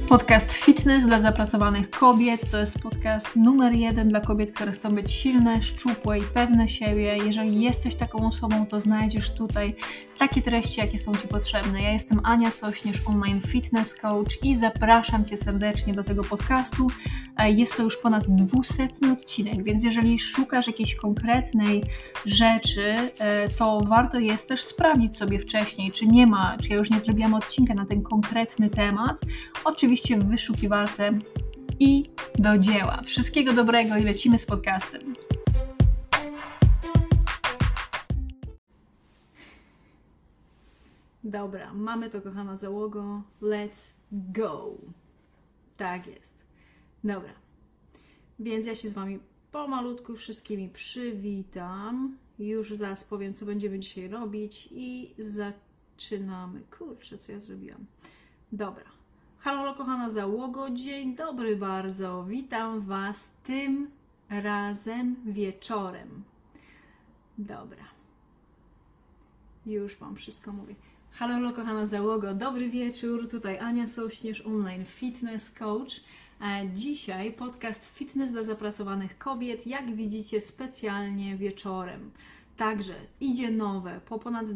Podcast Fitness dla zapracowanych kobiet to jest podcast numer 1 dla kobiet, które chcą być silne, szczupłe i pewne siebie. Jeżeli jesteś taką osobą, to znajdziesz tutaj takie treści, jakie są Ci potrzebne. Ja jestem Ania Sośnierz, online fitness coach i zapraszam Cię serdecznie do tego podcastu. Jest to już ponad 200 odcinek, więc jeżeli szukasz jakiejś konkretnej rzeczy, to warto jest też sprawdzić sobie wcześniej, czy ja już nie zrobiłam odcinka na ten konkretny temat. Oczywiście w wyszukiwarce i do dzieła. Wszystkiego dobrego i lecimy z podcastem. Dobra, mamy to, kochana załogo. Let's go. Tak jest. Dobra. Więc ja się z Wami pomalutku wszystkimi przywitam. Już zaraz powiem, co będziemy dzisiaj robić i zaczynamy. Kurczę, co ja zrobiłam. Dobra. Halo, kochana załogo, dzień dobry bardzo. Witam Was tym razem wieczorem. Dobra. Już Wam wszystko mówię. Halo, kochana załogo, dobry wieczór. Tutaj Ania Sośnierz, online fitness coach. Dzisiaj podcast Fitness dla zapracowanych kobiet, jak widzicie, specjalnie wieczorem. Także idzie nowe, po ponad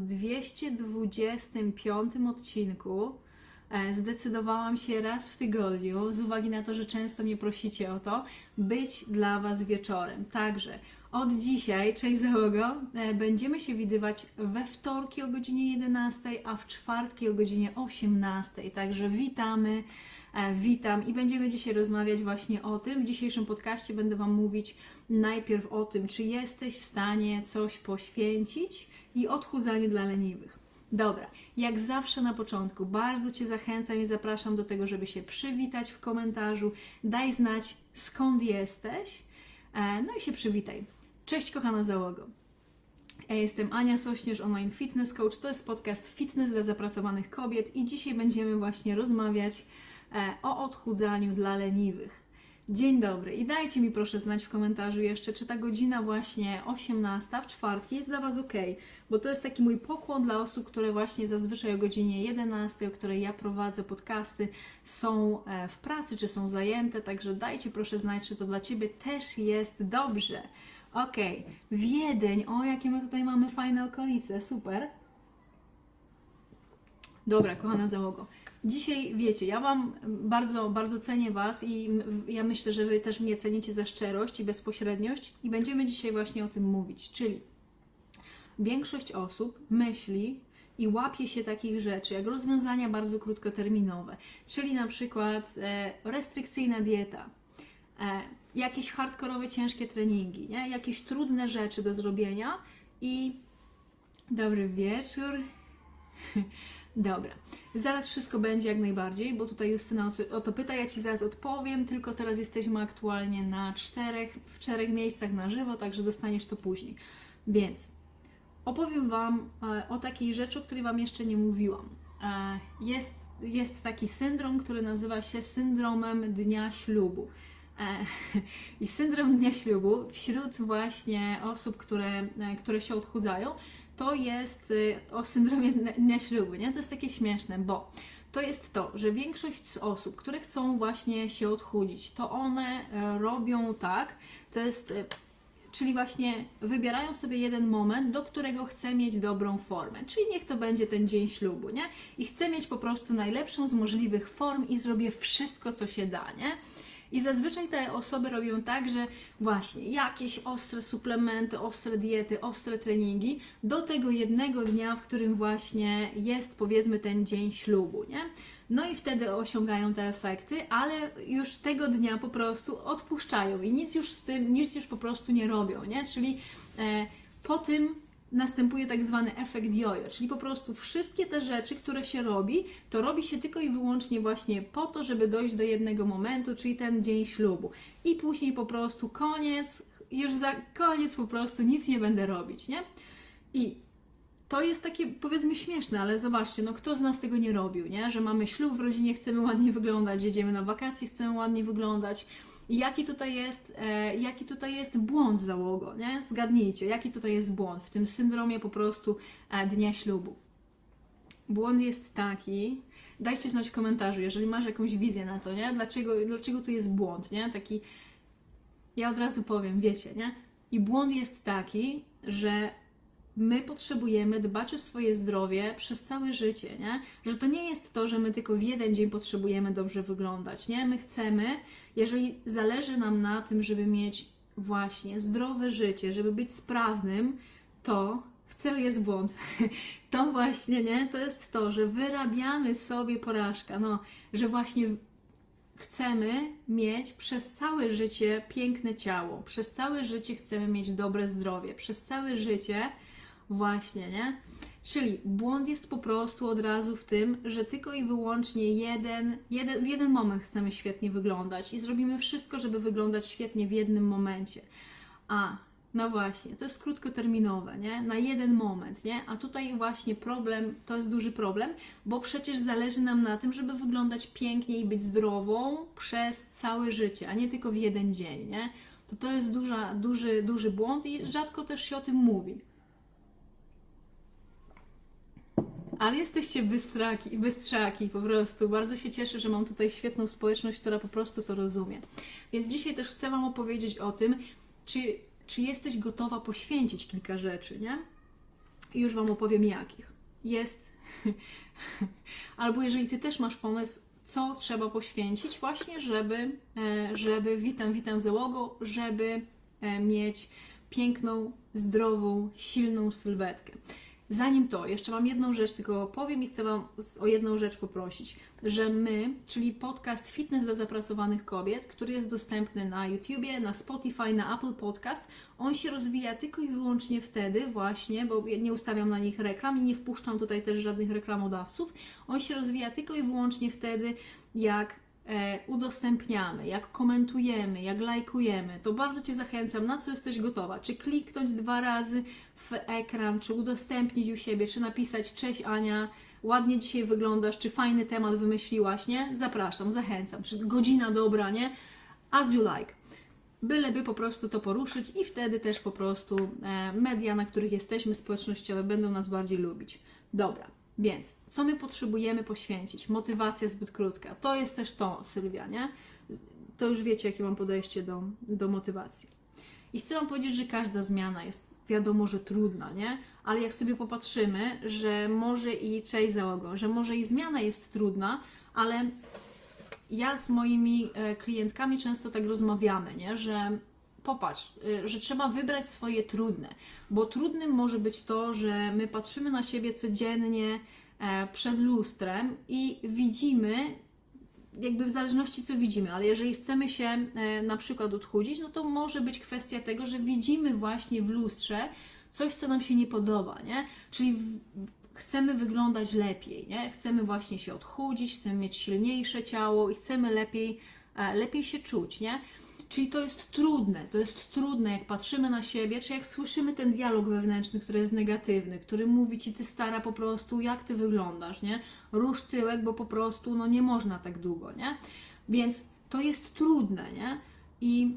225 odcinku. Zdecydowałam się raz w tygodniu, z uwagi na to, że często mnie prosicie o to, być dla Was wieczorem. Także od dzisiaj, cześć załogo, będziemy się widywać we wtorki o godzinie 11, a w czwartki o godzinie 18. Także witam i będziemy dzisiaj rozmawiać właśnie o tym. W dzisiejszym podcaście będę Wam mówić najpierw o tym, czy jesteś w stanie coś poświęcić i odchudzanie dla leniwych. Dobra, jak zawsze na początku bardzo Cię zachęcam i zapraszam do tego, żeby się przywitać w komentarzu. Daj znać, skąd jesteś, no i się przywitaj. Cześć, kochana załogo. Ja jestem Ania Sośnierz, online fitness coach. To jest podcast Fitness dla zapracowanych kobiet i dzisiaj będziemy właśnie rozmawiać o odchudzaniu dla leniwych. Dzień dobry i dajcie mi proszę znać w komentarzu jeszcze, czy ta godzina właśnie 18 w czwartki jest dla Was ok, bo to jest taki mój pokłon dla osób, które właśnie zazwyczaj o godzinie 11, o której ja prowadzę podcasty, są w pracy, czy są zajęte, także dajcie proszę znać, czy to dla Ciebie też jest dobrze. Ok, Wiedeń, o jakie my tutaj mamy fajne okolice, super. Dobra, kochana załogo. Dzisiaj, wiecie, ja Wam bardzo, bardzo cenię Was i ja myślę, że Wy też mnie cenicie za szczerość i bezpośredniość i będziemy dzisiaj właśnie o tym mówić, czyli większość osób myśli i łapie się takich rzeczy, jak rozwiązania bardzo krótkoterminowe, czyli na przykład restrykcyjna dieta, jakieś hardkorowe, ciężkie treningi, nie? Jakieś trudne rzeczy do zrobienia i dobry wieczór. Dobra, zaraz wszystko będzie jak najbardziej, bo tutaj Justyna o to pyta, ja Ci zaraz odpowiem, tylko teraz jesteśmy aktualnie w czterech miejscach na żywo, także dostaniesz to później. Więc opowiem Wam o takiej rzeczy, o której Wam jeszcze nie mówiłam. Jest taki syndrom, który nazywa się syndromem dnia ślubu. I syndrom dnia ślubu wśród właśnie osób, które się odchudzają, to jest o syndromie dnia ślubu, nie? To jest takie śmieszne, bo to jest to, że większość z osób, które chcą właśnie się odchudzić, to one robią tak, to jest, czyli właśnie wybierają sobie jeden moment, do którego chcę mieć dobrą formę, czyli niech to będzie ten dzień ślubu, nie? I chcę mieć po prostu najlepszą z możliwych form i zrobię wszystko, co się da, nie? I zazwyczaj te osoby robią tak, że właśnie jakieś ostre suplementy, ostre diety, ostre treningi do tego jednego dnia, w którym właśnie jest, powiedzmy, ten dzień ślubu, nie? No i wtedy osiągają te efekty, ale już tego dnia po prostu odpuszczają i nic już po prostu nie robią, nie? Czyli po tym następuje tak zwany efekt jojo, czyli po prostu wszystkie te rzeczy, które się robi, to robi się tylko i wyłącznie właśnie po to, żeby dojść do jednego momentu, czyli ten dzień ślubu. I później po prostu koniec, już za koniec po prostu nic nie będę robić, nie? I to jest takie, powiedzmy, śmieszne, ale zobaczcie, no kto z nas tego nie robił, nie? Że mamy ślub w rodzinie, chcemy ładnie wyglądać, jedziemy na wakacje, chcemy ładnie wyglądać. I jaki tutaj jest błąd, załogo, nie? Zgadnijcie, jaki tutaj jest błąd w tym syndromie po prostu dnia ślubu. Błąd jest taki, dajcie znać w komentarzu, jeżeli masz jakąś wizję na to, nie? Dlaczego tu jest błąd, nie? Taki, ja od razu powiem, wiecie, nie? I błąd jest taki, że my potrzebujemy dbać o swoje zdrowie przez całe życie, nie? Że to nie jest to, że my tylko w jeden dzień potrzebujemy dobrze wyglądać, nie? My chcemy, jeżeli zależy nam na tym, żeby mieć właśnie zdrowe życie, żeby być sprawnym, to w celu jest błąd. To właśnie, nie? To jest to, że wyrabiamy sobie porażkę, no, że właśnie chcemy mieć przez całe życie piękne ciało, przez całe życie chcemy mieć dobre zdrowie, przez całe życie właśnie, nie? Czyli błąd jest po prostu od razu w tym, że tylko i wyłącznie w jeden moment chcemy świetnie wyglądać i zrobimy wszystko, żeby wyglądać świetnie w jednym momencie. No właśnie, to jest krótkoterminowe, nie? Na jeden moment, nie? A tutaj właśnie problem, to jest duży problem, bo przecież zależy nam na tym, żeby wyglądać pięknie i być zdrową przez całe życie, a nie tylko w jeden dzień, nie? To jest duży błąd i rzadko też się o tym mówi. Ale jesteście bystrzaki po prostu. Bardzo się cieszę, że mam tutaj świetną społeczność, która po prostu to rozumie. Więc dzisiaj też chcę Wam opowiedzieć o tym, czy jesteś gotowa poświęcić kilka rzeczy, nie? I już Wam opowiem jakich. Albo jeżeli Ty też masz pomysł, co trzeba poświęcić właśnie, żeby witam załogo, żeby mieć piękną, zdrową, silną sylwetkę. Zanim to, jeszcze mam jedną rzecz, tylko powiem i chcę Wam o jedną rzecz poprosić, że my, czyli podcast Fitness dla zapracowanych kobiet, który jest dostępny na YouTubie, na Spotify, na Apple Podcast, on się rozwija tylko i wyłącznie wtedy właśnie, bo ja nie ustawiam na nich reklam i nie wpuszczam tutaj też żadnych reklamodawców, on się rozwija tylko i wyłącznie wtedy, jak udostępniamy, jak komentujemy, jak lajkujemy, to bardzo Cię zachęcam, na co jesteś gotowa, czy kliknąć 2 razy w ekran, czy udostępnić u siebie, czy napisać: cześć Ania, ładnie dzisiaj wyglądasz, czy fajny temat wymyśliłaś, nie? Zapraszam, zachęcam, czy godzina dobra, nie? As you like. Byleby po prostu to poruszyć i wtedy też po prostu media, na których jesteśmy, społecznościowe, będą nas bardziej lubić. Dobra. Więc, co my potrzebujemy poświęcić? Motywacja zbyt krótka. To jest też to, Sylwia, nie? To już wiecie, jakie mam podejście do motywacji. I chcę Wam powiedzieć, że każda zmiana jest, wiadomo, że trudna, nie? Ale jak sobie popatrzymy, że może i, cześć załogo, że może i zmiana jest trudna, ale ja z moimi klientkami często tak rozmawiamy, nie? Że popatrz, że trzeba wybrać swoje trudne, bo trudnym może być to, że my patrzymy na siebie codziennie przed lustrem i widzimy, jakby w zależności co widzimy, ale jeżeli chcemy się na przykład odchudzić, no to może być kwestia tego, że widzimy właśnie w lustrze coś, co nam się nie podoba, nie? Czyli chcemy wyglądać lepiej, nie? Chcemy właśnie się odchudzić, chcemy mieć silniejsze ciało i chcemy lepiej się czuć, nie? Czyli to jest trudne, jak patrzymy na siebie, czy jak słyszymy ten dialog wewnętrzny, który jest negatywny, który mówi Ci: Ty stara, po prostu, jak Ty wyglądasz, nie? Rusz tyłek, bo po prostu, no nie można tak długo, nie? Więc to jest trudne, nie? I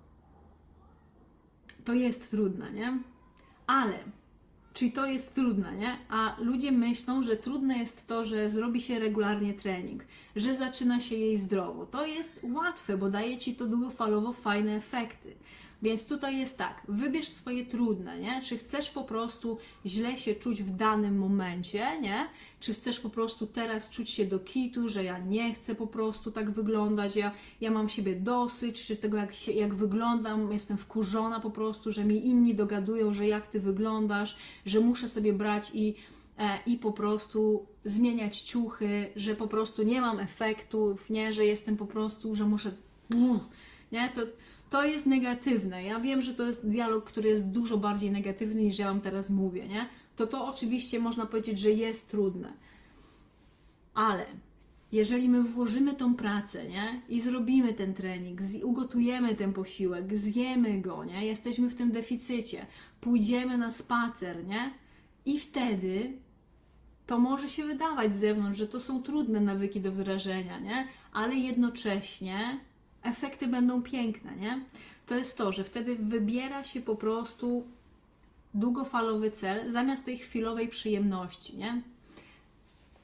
to jest trudne, nie? Ale, czyli to jest trudne, nie? A ludzie myślą, że trudne jest to, że zrobi się regularnie trening, że zaczyna się jej zdrowo. To jest łatwe, bo daje Ci to długofalowo fajne efekty. Więc tutaj jest tak, wybierz swoje trudne, nie? Czy chcesz po prostu źle się czuć w danym momencie, nie? Czy chcesz po prostu teraz czuć się do kitu, że ja nie chcę po prostu tak wyglądać, ja mam siebie dosyć, czy tego jak wyglądam, jestem wkurzona po prostu, że mi inni dogadują, że jak Ty wyglądasz, że muszę sobie brać i po prostu zmieniać ciuchy, że po prostu nie mam efektów, nie? Że jestem po prostu, że muszę... Nie? To jest negatywne. Ja wiem, że to jest dialog, który jest dużo bardziej negatywny niż ja Wam teraz mówię, nie? To oczywiście można powiedzieć, że jest trudne. Ale jeżeli my włożymy tą pracę, nie? I zrobimy ten trening, ugotujemy ten posiłek, zjemy go, nie? Jesteśmy w tym deficycie, pójdziemy na spacer, nie? I wtedy to może się wydawać z zewnątrz, że to są trudne nawyki do wdrażania, nie? Ale jednocześnie efekty będą piękne, nie? To jest to, że wtedy wybiera się po prostu długofalowy cel zamiast tej chwilowej przyjemności, nie?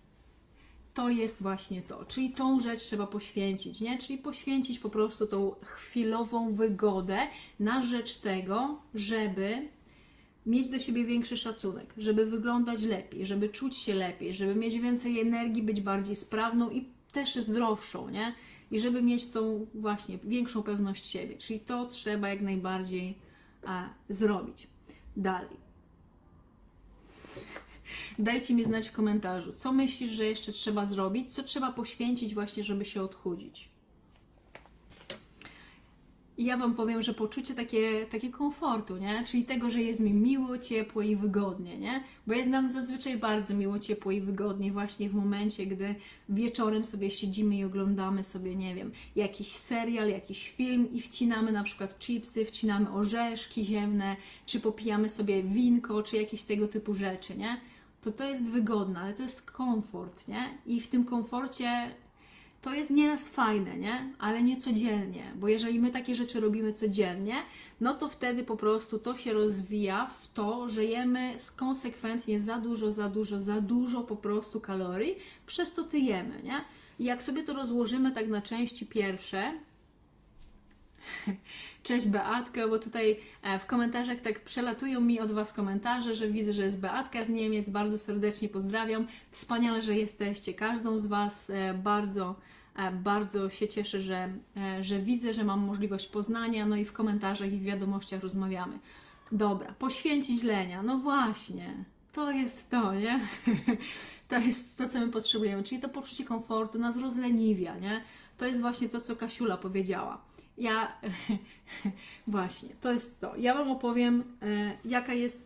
to jest właśnie to, czyli tą rzecz trzeba poświęcić, nie? Czyli poświęcić po prostu tą chwilową wygodę na rzecz tego, żeby mieć do siebie większy szacunek, żeby wyglądać lepiej, żeby czuć się lepiej, żeby mieć więcej energii, być bardziej sprawną i też zdrowszą, nie? I żeby mieć tą właśnie większą pewność siebie, czyli to trzeba jak najbardziej zrobić. Dalej. Dajcie mi znać w komentarzu, co myślisz, że jeszcze trzeba zrobić, co trzeba poświęcić właśnie, żeby się odchudzić. I ja Wam powiem, że poczucie takie komfortu, nie? Czyli tego, że jest mi miło, ciepło i wygodnie, nie? Bo jest nam zazwyczaj bardzo miło, ciepło i wygodnie właśnie w momencie, gdy wieczorem sobie siedzimy i oglądamy sobie, nie wiem, jakiś serial, jakiś film i wcinamy na przykład chipsy, wcinamy orzeszki ziemne, czy popijamy sobie winko, czy jakieś tego typu rzeczy, nie? To jest wygodne, ale to jest komfort, nie? I w tym komforcie to jest nieraz fajne, nie? Ale nie codziennie, bo jeżeli my takie rzeczy robimy codziennie, no to wtedy po prostu to się rozwija w to, że jemy konsekwentnie za dużo po prostu kalorii, przez to tyjemy, nie? I jak sobie to rozłożymy tak na części pierwsze, cześć Beatka, bo tutaj w komentarzach tak przelatują mi od Was komentarze, że widzę, że jest Beatka z Niemiec, bardzo serdecznie pozdrawiam, wspaniale, że jesteście, każdą z Was bardzo się cieszę, że widzę, że mam możliwość poznania, no i w komentarzach i w wiadomościach rozmawiamy. Dobra, poświęcić lenia, no właśnie, to jest to, nie? To jest to, co my potrzebujemy, czyli to poczucie komfortu nas rozleniwia, nie? To jest właśnie to, co Kasiula powiedziała. Właśnie, to jest to. Ja Wam opowiem, jaka jest...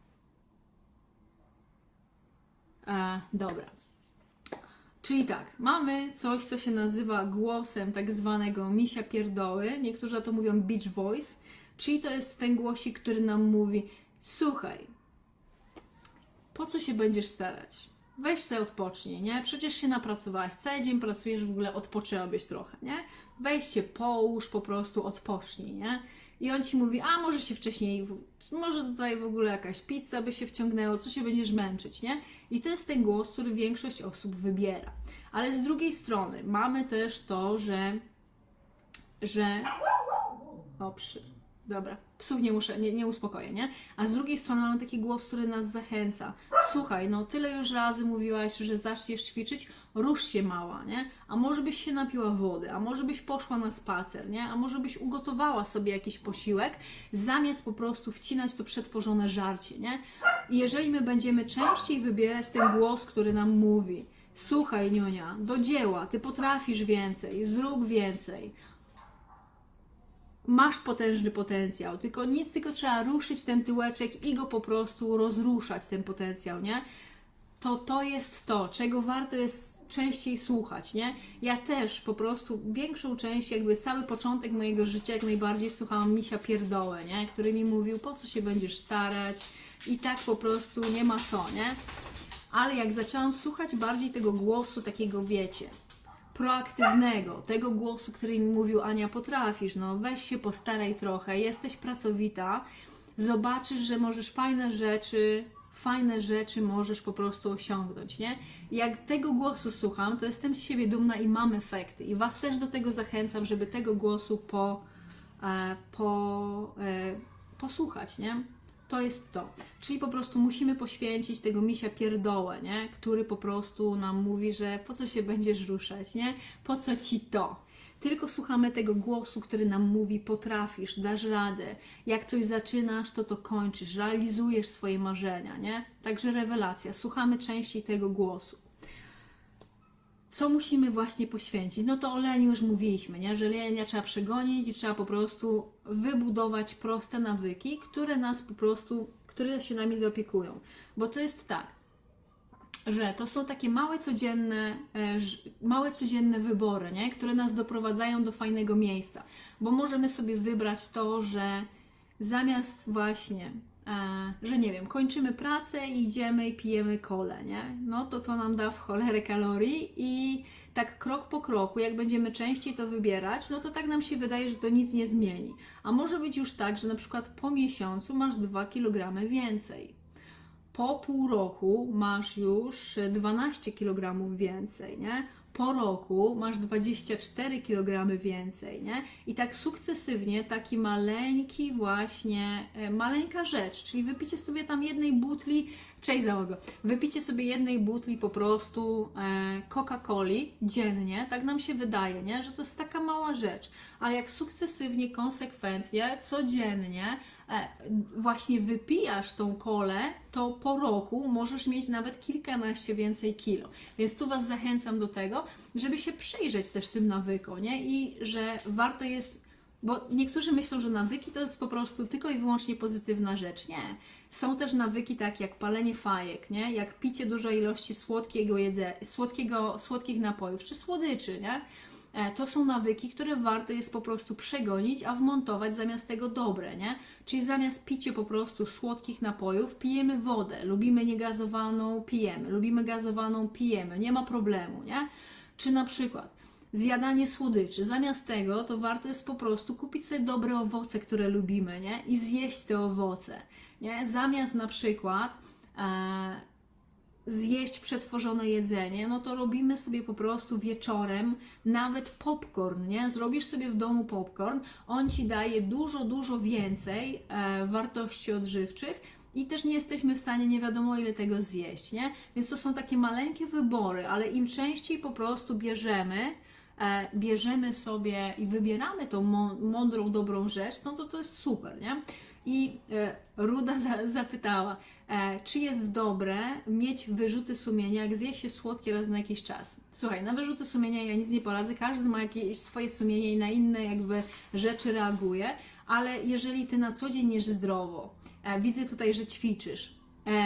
Dobra. Czyli tak, mamy coś, co się nazywa głosem tak zwanego misia pierdoły. Niektórzy na to mówią beach voice. Czyli to jest ten głosik, który nam mówi: słuchaj, po co się będziesz starać? Weź sobie odpocznij, nie? Przecież się napracowałaś, cały dzień pracujesz, w ogóle odpoczęłabyś trochę, nie? Weź się połóż, po prostu odpocznij, nie? I on Ci mówi, a może się wcześniej, może tutaj w ogóle jakaś pizza by się wciągnęło, co się będziesz męczyć, nie? I to jest ten głos, który większość osób wybiera. Ale z drugiej strony mamy też to, że... Dobra, psów nie uspokoję, nie? A z drugiej strony mamy taki głos, który nas zachęca. Słuchaj, no tyle już razy mówiłaś, że zaczniesz ćwiczyć, rusz się mała, nie? A może byś się napiła wody, a może byś poszła na spacer, nie? A może byś ugotowała sobie jakiś posiłek, zamiast po prostu wcinać to przetworzone żarcie, nie? I jeżeli my będziemy częściej wybierać ten głos, który nam mówi: słuchaj, Nionia, do dzieła, ty potrafisz więcej, zrób więcej, masz potężny potencjał, tylko trzeba ruszyć ten tyłeczek i go po prostu rozruszać, ten potencjał, nie? To jest to, czego warto jest częściej słuchać, nie? Ja też po prostu większą część, jakby cały początek mojego życia jak najbardziej słuchałam misia pierdołę, nie? Który mi mówił, po co się będziesz starać i tak po prostu nie ma co, nie? Ale jak zaczęłam słuchać bardziej tego głosu, takiego wiecie, proaktywnego, tego głosu, który mi mówił: Ania, potrafisz, no weź się postaraj trochę, jesteś pracowita, zobaczysz, że możesz fajne rzeczy możesz po prostu osiągnąć, nie? I jak tego głosu słucham, to jestem z siebie dumna i mam efekty. I Was też do tego zachęcam, żeby tego głosu posłuchać, nie? To jest to. Czyli po prostu musimy poświęcić tego misia pierdołę, nie? Który po prostu nam mówi, że po co się będziesz ruszać, nie? Po co Ci to? Tylko słuchamy tego głosu, który nam mówi: potrafisz, dasz radę, jak coś zaczynasz, to kończysz, realizujesz swoje marzenia, nie? Także rewelacja, słuchamy częściej tego głosu. Co musimy właśnie poświęcić? No to o leniu już mówiliśmy, nie? Że lenia trzeba przegonić i trzeba po prostu wybudować proste nawyki, które się nami zaopiekują. Bo to jest tak, że to są takie małe codzienne wybory, nie? Które nas doprowadzają do fajnego miejsca. Bo możemy sobie wybrać to, że zamiast właśnie, że nie wiem, kończymy pracę i idziemy i pijemy kolę, nie? No to nam da w cholerę kalorii i tak krok po kroku, jak będziemy częściej to wybierać, no to tak nam się wydaje, że to nic nie zmieni. A może być już tak, że na przykład po miesiącu masz 2 kg więcej. po pół roku masz już 12 kg więcej, nie? Po roku masz 24 kg więcej, nie? I tak sukcesywnie taki maleńki właśnie, maleńka rzecz, czyli wypicie sobie tam jednej butli, cześć załogo, wypicie sobie jednej butli po prostu Coca-Coli dziennie, tak nam się wydaje, nie? Że to jest taka mała rzecz, ale jak sukcesywnie, konsekwentnie, codziennie właśnie wypijasz tą kolę, to po roku możesz mieć nawet kilkanaście więcej kilo. Więc tu Was zachęcam do tego, żeby się przyjrzeć też tym nawykom, nie? I że warto jest, bo niektórzy myślą, że nawyki to jest po prostu tylko i wyłącznie pozytywna rzecz. Nie. Są też nawyki takie jak palenie fajek, nie? Jak picie dużej ilości słodkich napojów czy słodyczy, nie? To są nawyki, które warto jest po prostu przegonić, a wmontować zamiast tego dobre, nie? Czyli zamiast picia po prostu słodkich napojów, pijemy wodę. Lubimy niegazowaną, pijemy. Lubimy gazowaną, pijemy. Nie ma problemu, nie? Czy na przykład zjadanie słodyczy. Zamiast tego to warto jest po prostu kupić sobie dobre owoce, które lubimy, nie? I zjeść te owoce, nie? Zamiast na przykład zjeść przetworzone jedzenie, no to robimy sobie po prostu wieczorem nawet popcorn, nie? Zrobisz sobie w domu popcorn, on Ci daje dużo więcej wartości odżywczych i też nie jesteśmy w stanie nie wiadomo ile tego zjeść, nie? Więc to są takie maleńkie wybory, ale im częściej po prostu bierzemy sobie i wybieramy tą mądrą, dobrą rzecz, no to jest super, nie? I Ruda zapytała, czy jest dobre mieć wyrzuty sumienia, jak zje się słodkie raz na jakiś czas. Słuchaj, na wyrzuty sumienia ja nic nie poradzę, każdy ma jakieś swoje sumienie i na inne jakby rzeczy reaguje, ale jeżeli Ty na co dzień jesz zdrowo, widzę tutaj, że ćwiczysz,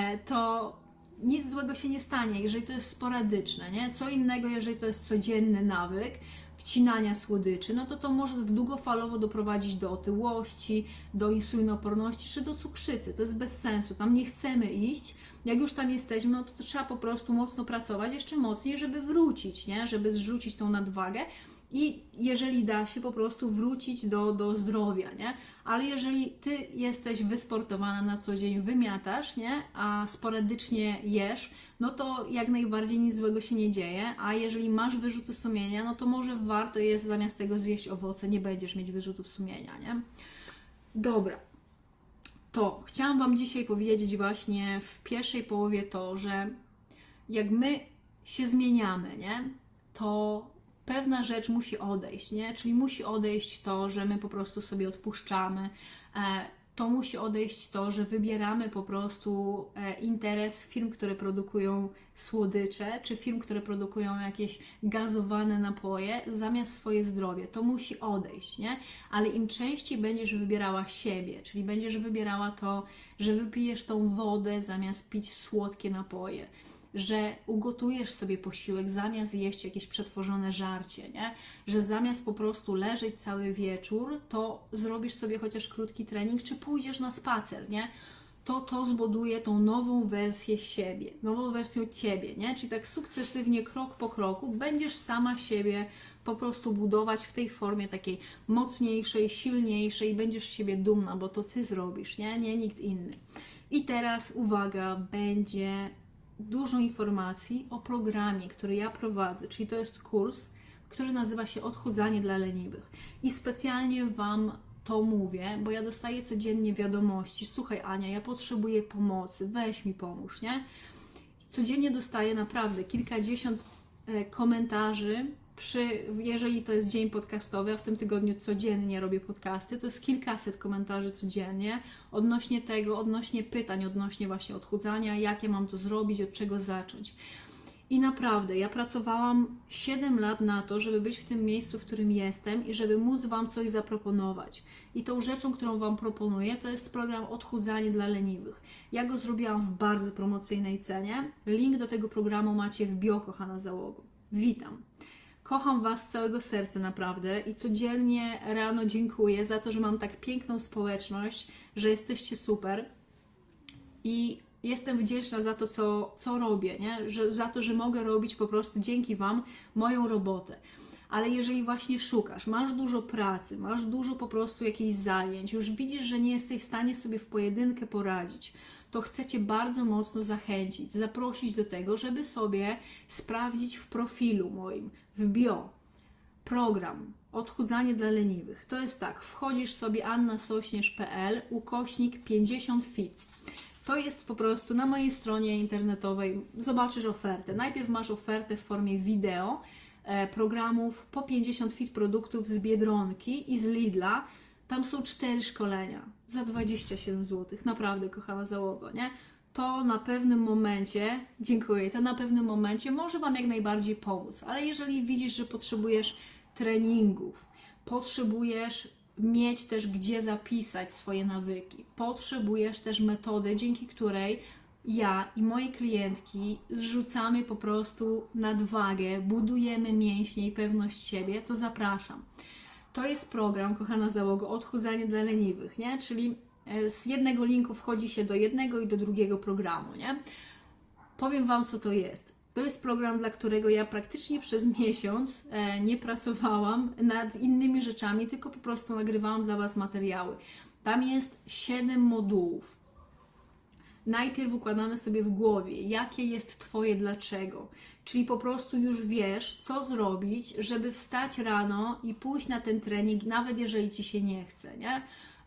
to nic złego się nie stanie, jeżeli to jest sporadyczne, nie? Co innego, jeżeli to jest codzienny nawyk wcinania słodyczy, no to może długofalowo doprowadzić do otyłości, do insulinoporności czy do cukrzycy. To jest bez sensu, tam nie chcemy iść. Jak już tam jesteśmy, no to trzeba po prostu mocno pracować, jeszcze mocniej, żeby wrócić, nie? Żeby zrzucić tą nadwagę. I jeżeli da się po prostu wrócić do zdrowia, nie? Ale jeżeli Ty jesteś wysportowana na co dzień, wymiatasz, nie? A sporadycznie jesz, no to jak najbardziej nic złego się nie dzieje, a jeżeli masz wyrzuty sumienia, no to może warto jest zamiast tego zjeść owoce, nie będziesz mieć wyrzutów sumienia, nie? Dobra, to chciałam Wam dzisiaj powiedzieć właśnie w pierwszej połowie to, że jak my się zmieniamy, nie? To pewna rzecz musi odejść, nie? Czyli musi odejść to, że my po prostu sobie odpuszczamy, to musi odejść to, że wybieramy po prostu interes firm, które produkują słodycze, czy firm, które produkują jakieś gazowane napoje, zamiast swoje zdrowie. To musi odejść, nie? Ale im częściej będziesz wybierała siebie, czyli będziesz wybierała to, że wypijesz tą wodę zamiast pić słodkie napoje, że ugotujesz sobie posiłek zamiast jeść jakieś przetworzone żarcie, nie? Że zamiast po prostu leżeć cały wieczór, to zrobisz sobie chociaż krótki trening, czy pójdziesz na spacer, nie? To zbuduje tą nową wersję siebie, nową wersję Ciebie, nie? Czyli tak sukcesywnie, krok po kroku będziesz sama siebie po prostu budować w tej formie takiej mocniejszej, silniejszej, będziesz z siebie dumna, bo to Ty zrobisz, nie? Nie nikt inny. I teraz uwaga, będzie dużo informacji o programie, który ja prowadzę, czyli to jest kurs, który nazywa się Odchudzanie dla leniwych. I specjalnie Wam to mówię, bo ja dostaję codziennie wiadomości: słuchaj Ania, ja potrzebuję pomocy, weź mi pomóż, nie? Codziennie dostaję naprawdę kilkadziesiąt komentarzy, jeżeli to jest dzień podcastowy, a w tym tygodniu codziennie robię podcasty, to jest kilkaset komentarzy codziennie odnośnie tego, odnośnie pytań, odnośnie właśnie odchudzania, jak ja mam to zrobić, od czego zacząć. I naprawdę, ja pracowałam 7 lat na to, żeby być w tym miejscu, w którym jestem i żeby móc Wam coś zaproponować. I tą rzeczą, którą Wam proponuję, to jest program Odchudzanie dla leniwych. Ja go zrobiłam w bardzo promocyjnej cenie. Link do tego programu macie w bio, kochana załogo. Witam. Kocham Was z całego serca naprawdę i codziennie rano dziękuję za to, że mam tak piękną społeczność, że jesteście super i jestem wdzięczna za to, co robię, nie? Za to, że mogę robić po prostu dzięki Wam moją robotę. Ale jeżeli właśnie szukasz, masz dużo pracy, masz dużo po prostu jakichś zajęć, już widzisz, że nie jesteś w stanie sobie w pojedynkę poradzić, to chcę Cię bardzo mocno zachęcić, zaprosić do tego, żeby sobie sprawdzić w profilu moim, w bio, program Odchudzanie dla leniwych. To jest tak, wchodzisz sobie annasośnierz.pl/50fit. To jest po prostu na mojej stronie internetowej, zobaczysz ofertę. Najpierw masz ofertę w formie wideo, programów po 50 fit produktów z Biedronki i z Lidla. Tam są 4 szkolenia za 27 zł. Naprawdę, kochana załogo, nie? To na pewnym momencie, dziękuję, to na pewnym momencie może Wam jak najbardziej pomóc. Ale jeżeli widzisz, że potrzebujesz treningów, potrzebujesz mieć też gdzie zapisać swoje nawyki, potrzebujesz też metody, dzięki której ja i moje klientki zrzucamy po prostu nadwagę, budujemy mięśnie i pewność siebie, to zapraszam. To jest program, kochana załogo, Odchudzanie dla leniwych, nie? Czyli z jednego linku wchodzi się do jednego i do drugiego programu, nie? Powiem Wam, co to jest. To jest program, dla którego ja praktycznie przez miesiąc nie pracowałam nad innymi rzeczami, tylko po prostu nagrywałam dla Was materiały. Tam jest 7 modułów. Najpierw układamy sobie w głowie, jakie jest Twoje dlaczego. Czyli po prostu już wiesz, co zrobić, żeby wstać rano i pójść na ten trening, nawet jeżeli Ci się nie chce, nie?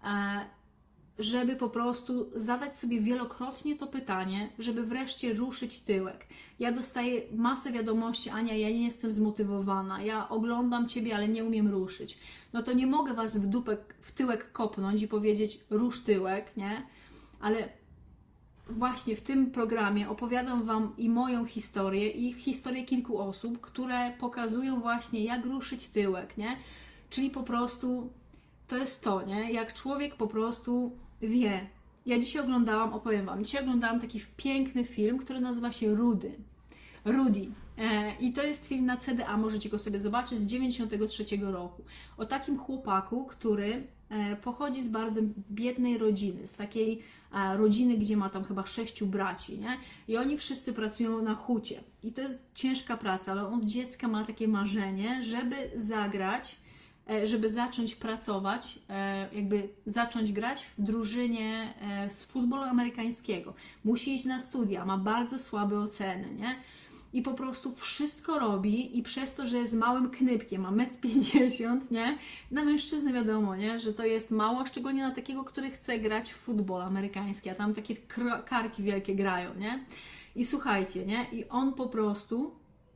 Żeby po prostu zadać sobie wielokrotnie to pytanie, żeby wreszcie ruszyć tyłek. Ja dostaję masę wiadomości: Ania, ja nie jestem zmotywowana, ja oglądam Ciebie, ale nie umiem ruszyć. No to nie mogę Was w tyłek kopnąć i powiedzieć: rusz tyłek, nie? Ale właśnie w tym programie opowiadam Wam i moją historię, i historię kilku osób, które pokazują właśnie, jak ruszyć tyłek, nie? Czyli po prostu to jest to, nie? Jak człowiek po prostu wie. Ja dzisiaj opowiem Wam, dzisiaj oglądałam taki piękny film, który nazywa się Rudy. I to jest film na CDA, możecie go sobie zobaczyć, z 1993 roku. O takim chłopaku, który pochodzi z bardzo biednej rodziny, z takiej rodziny, gdzie ma tam chyba 6 braci, nie? I oni wszyscy pracują na hucie. I to jest ciężka praca, ale on od dziecka ma takie marzenie, żeby zacząć pracować, jakby zacząć grać w drużynie z futbolu amerykańskiego. Musi iść na studia, ma bardzo słabe oceny, nie? I po prostu wszystko robi i przez to, że jest małym knypkiem, ma 1,50 m, nie? Na mężczyznę wiadomo, nie? Że to jest mało, szczególnie na takiego, który chce grać w futbol amerykański, a tam takie karki wielkie grają, nie? I słuchajcie, nie? I on po prostu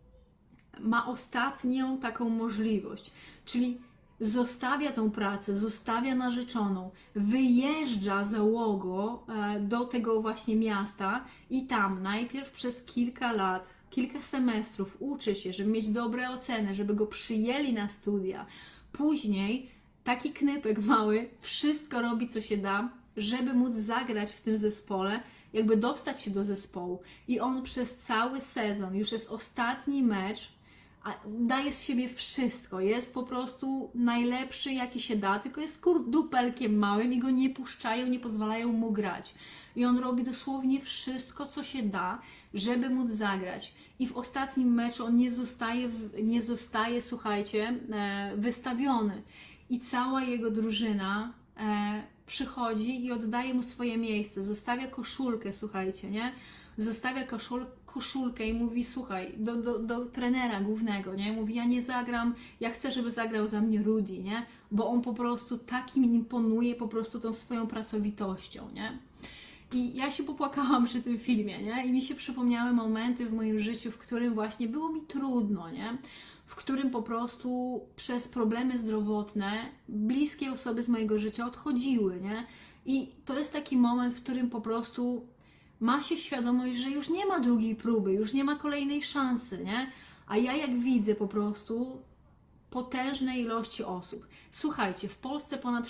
ma ostatnią taką możliwość, czyli zostawia tą pracę, zostawia narzeczoną, wyjeżdża załogo do tego właśnie miasta i tam najpierw przez kilka lat, kilka semestrów uczy się, żeby mieć dobre oceny, żeby go przyjęli na studia. Później taki knypek mały wszystko robi, co się da, żeby móc zagrać w tym zespole, jakby dostać się do zespołu. I on przez cały sezon, już jest ostatni mecz, daje z siebie wszystko, jest po prostu najlepszy, jaki się da, tylko jest dupelkiem małym i go nie puszczają, nie pozwalają mu grać. I on robi dosłownie wszystko, co się da, żeby móc zagrać. I w ostatnim meczu on nie zostaje, słuchajcie, wystawiony. I cała jego drużyna przychodzi i oddaje mu swoje miejsce, zostawia koszulkę, słuchajcie, nie? Zostawia koszulkę i mówi: słuchaj, do trenera głównego, nie? Mówi: ja nie zagram, ja chcę, żeby zagrał za mnie Rudy, nie? Bo on po prostu takim imponuje po prostu tą swoją pracowitością, nie? I ja się popłakałam przy tym filmie, nie? I mi się przypomniały momenty w moim życiu, w którym właśnie było mi trudno, nie? W którym po prostu przez problemy zdrowotne bliskie osoby z mojego życia odchodziły, nie? I to jest taki moment, w którym po prostu ma się świadomość, że już nie ma drugiej próby, już nie ma kolejnej szansy, nie? A ja jak widzę po prostu potężnej ilości osób. Słuchajcie, w Polsce ponad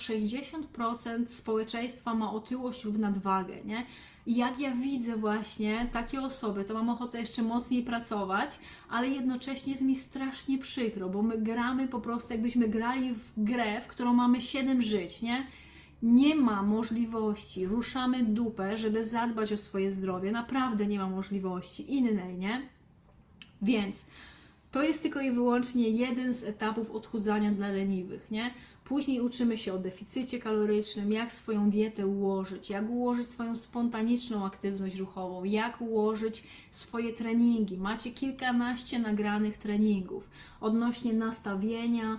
60% społeczeństwa ma otyłość lub nadwagę, nie? I jak ja widzę właśnie takie osoby, to mam ochotę jeszcze mocniej pracować, ale jednocześnie jest mi strasznie przykro, bo my gramy po prostu, jakbyśmy grali w grę, w którą mamy 7 żyć, nie? Nie ma możliwości, ruszamy dupę, żeby zadbać o swoje zdrowie, naprawdę nie ma możliwości innej, nie? Więc To jest tylko i wyłącznie jeden z etapów odchudzania dla leniwych, nie? Później uczymy się o deficycie kalorycznym, jak swoją dietę ułożyć, jak ułożyć swoją spontaniczną aktywność ruchową, jak ułożyć swoje treningi. Macie kilkanaście nagranych treningów odnośnie nastawienia,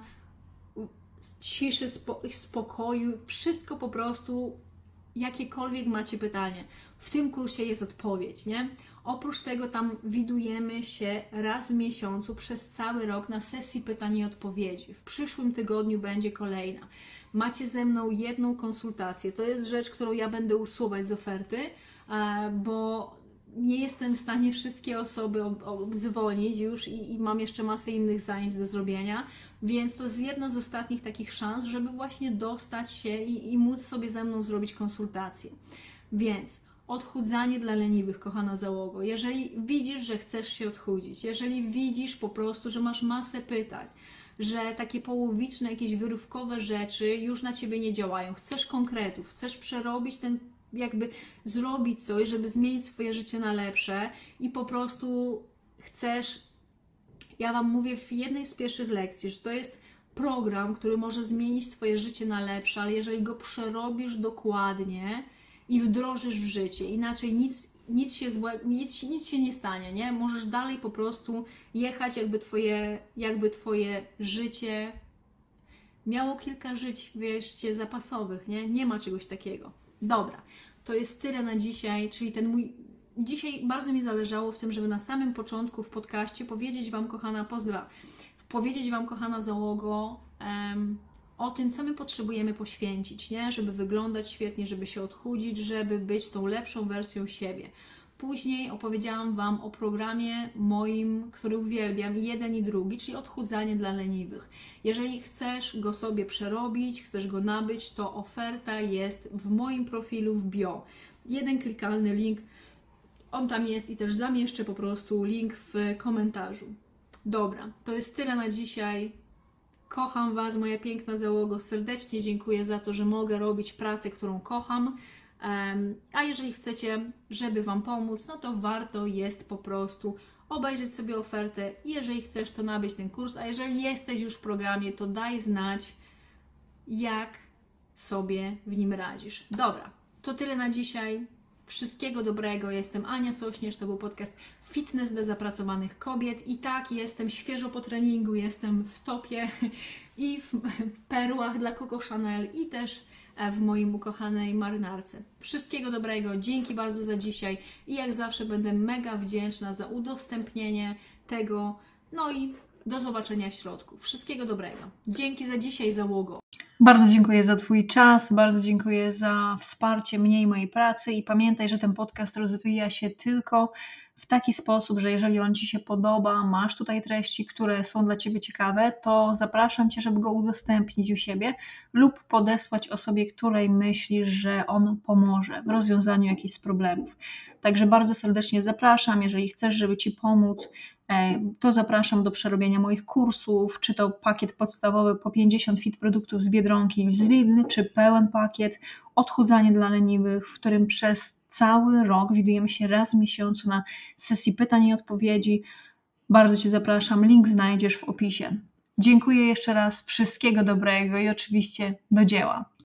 ciszy, spokoju, wszystko po prostu, jakiekolwiek macie pytanie. W tym kursie jest odpowiedź, nie? Oprócz tego tam widujemy się raz w miesiącu przez cały rok na sesji pytań i odpowiedzi. W przyszłym tygodniu będzie kolejna. Macie ze mną jedną konsultację. To jest rzecz, którą ja będę usuwać z oferty, bo nie jestem w stanie wszystkie osoby obdzwonić już i mam jeszcze masę innych zajęć do zrobienia, więc to jest jedna z ostatnich takich szans, żeby właśnie dostać się i móc sobie ze mną zrobić konsultację. Więc odchudzanie dla leniwych, kochana załogo. Jeżeli widzisz, że chcesz się odchudzić, jeżeli widzisz po prostu, że masz masę pytań, że takie połowiczne, jakieś wyrywkowe rzeczy już na Ciebie nie działają, chcesz konkretów, chcesz przerobić jakby zrobić coś, żeby zmienić swoje życie na lepsze i po prostu chcesz, ja Wam mówię w jednej z pierwszych lekcji, że to jest program, który może zmienić Twoje życie na lepsze, ale jeżeli go przerobisz dokładnie i wdrożysz w życie, inaczej nic się nie stanie, nie? Możesz dalej po prostu jechać, jakby Twoje życie miało kilka żyć, wierzcie, zapasowych, nie? Nie ma czegoś takiego. Dobra, to jest tyle na dzisiaj, czyli dzisiaj bardzo mi zależało w tym, żeby na samym początku w podcaście powiedzieć Wam, kochana załogo, o tym, co my potrzebujemy poświęcić, nie? Żeby wyglądać świetnie, żeby się odchudzić, żeby być tą lepszą wersją siebie. Później opowiedziałam Wam o programie moim, który uwielbiam, jeden i drugi, czyli odchudzanie dla leniwych. Jeżeli chcesz go sobie przerobić, chcesz go nabyć, to oferta jest w moim profilu w bio. Jeden klikalny link, on tam jest i też zamieszczę po prostu link w komentarzu. Dobra, to jest tyle na dzisiaj. Kocham Was, moja piękna załogo, serdecznie dziękuję za to, że mogę robić pracę, którą kocham. A jeżeli chcecie, żeby Wam pomóc, no to warto jest po prostu obejrzeć sobie ofertę. Jeżeli chcesz, to nabyć ten kurs, a jeżeli jesteś już w programie, to daj znać, jak sobie w nim radzisz. Dobra, to tyle na dzisiaj. Wszystkiego dobrego. Jestem Ania Sośnierz, to był podcast Fitness dla zapracowanych kobiet. I tak, jestem świeżo po treningu, jestem w topie i w perłach dla Coco Chanel i też w moim ukochanej marynarce. Wszystkiego dobrego, dzięki bardzo za dzisiaj i jak zawsze będę mega wdzięczna za udostępnienie tego, no i do zobaczenia w środku. Wszystkiego dobrego. Dzięki za dzisiaj, załogo. Bardzo dziękuję za Twój czas, bardzo dziękuję za wsparcie mnie i mojej pracy i pamiętaj, że ten podcast rozwija się tylko w taki sposób, że jeżeli on Ci się podoba, masz tutaj treści, które są dla Ciebie ciekawe, to zapraszam Cię, żeby go udostępnić u siebie lub podesłać osobie, której myślisz, że on pomoże w rozwiązaniu jakichś problemów. Także bardzo serdecznie zapraszam, jeżeli chcesz, żeby Ci pomóc, to zapraszam do przerobienia moich kursów, czy to pakiet podstawowy po 50 fit produktów z Biedronki, z Lidl, czy pełen pakiet odchudzanie dla leniwych, w którym przez cały rok widujemy się raz w miesiącu na sesji pytań i odpowiedzi. Bardzo Cię zapraszam, link znajdziesz w opisie. Dziękuję jeszcze raz, wszystkiego dobrego i oczywiście do dzieła.